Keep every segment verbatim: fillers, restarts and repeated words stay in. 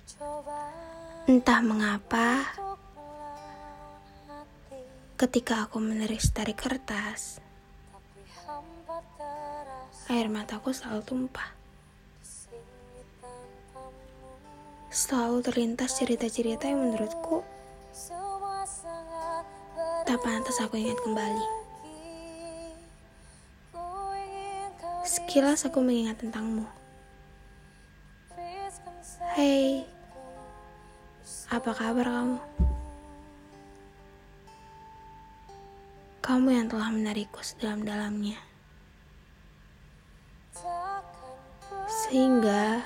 Entah mengapa, ketika aku meneris tari kertas, air mataku selalu tumpah. Selalu terlintas cerita-cerita yang menurutku tak pantas aku ingat kembali. Sekilas aku mengingat tentangmu. Hei, apa kabar kamu? Kamu yang telah menarikku sedalam-dalamnya. Sehingga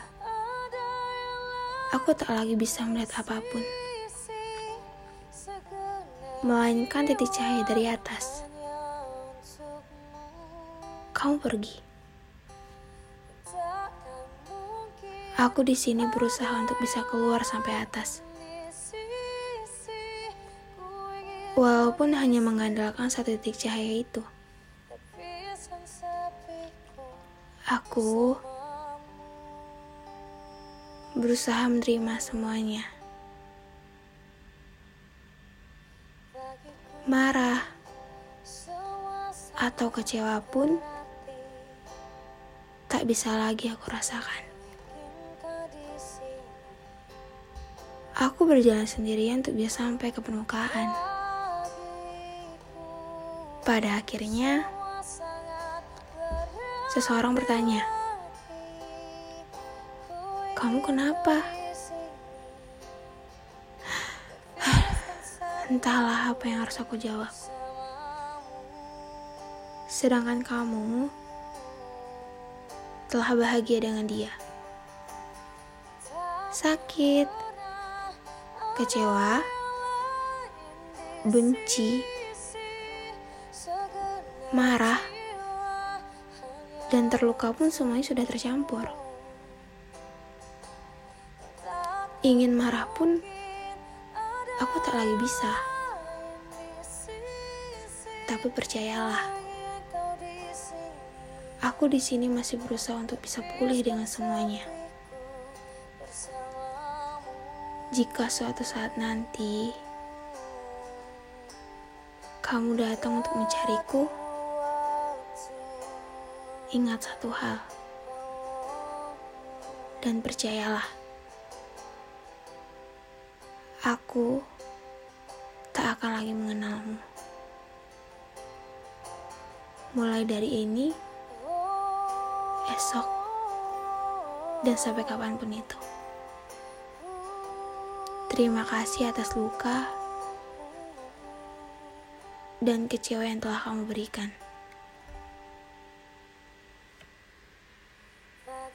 aku tak lagi bisa melihat apapun, melainkan titik cahaya dari atas. Kamu pergi. Aku di sini berusaha untuk bisa keluar sampai atas. Walaupun hanya mengandalkan satu titik cahaya itu. Aku berusaha menerima semuanya. Marah atau kecewa pun tak bisa lagi aku rasakan. Aku berjalan sendirian untuk bisa sampai ke permukaan. Pada akhirnya, seseorang bertanya, "Kamu kenapa?" Entahlah apa yang harus aku jawab. Sedangkan kamu telah bahagia dengan dia. Sakit, kecewa, benci, marah, dan terluka pun semuanya sudah tercampur. Ingin marah pun aku tak lagi bisa. Tapi percayalah, aku di sini masih berusaha untuk bisa pulih dengan semuanya. Jika suatu saat nanti kamu datang untuk mencariku, ingat satu hal, dan percayalah, aku tak akan lagi mengenalmu. Mulai dari ini, esok, dan sampai kapanpun itu. Terima kasih atas luka dan kecewa yang telah kamu berikan.